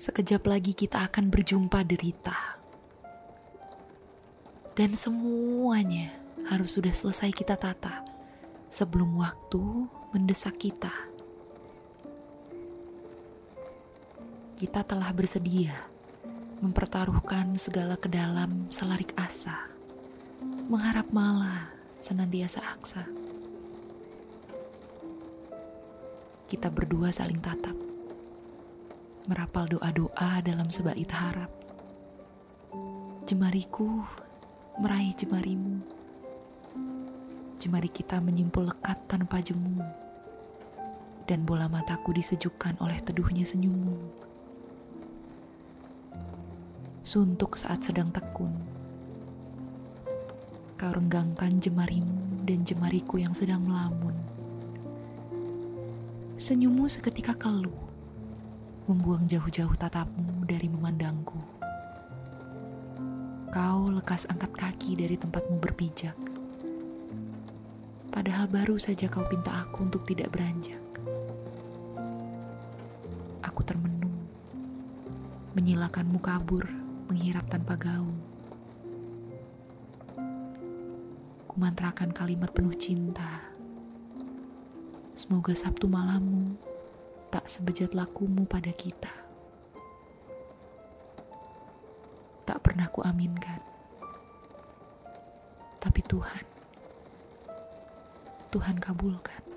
Sekejap lagi kita akan berjumpa derita. Dan semuanya harus sudah selesai kita tata sebelum waktu mendesak kita. Kita telah bersedia mempertaruhkan segala ke dalam selarik asa, mengharap malah senantiasa aksa. Kita berdua saling tatap, merapal doa-doa dalam sebait harap. Jemariku meraih jemarimu, jemari kita menyimpul lekat tanpa jemu, dan bola mataku disejukkan oleh teduhnya senyummu. Suntuk saat sedang tekun, kau renggangkan jemarimu dan jemariku yang sedang melamun. Senyummu seketika keluh, membuang jauh-jauh tatapmu dari memandangku. Kau lekas angkat kaki dari tempatmu berpijak, padahal baru saja kau pinta aku untuk tidak beranjak. Aku termenung, menyilakanmu kabur, menghirap tanpa gaung. Kumantrakan kalimat penuh cinta. Semoga Sabtu malammu tak sebejat lakumu pada kita. Tak pernah kuaminkan. Tapi Tuhan kabulkan.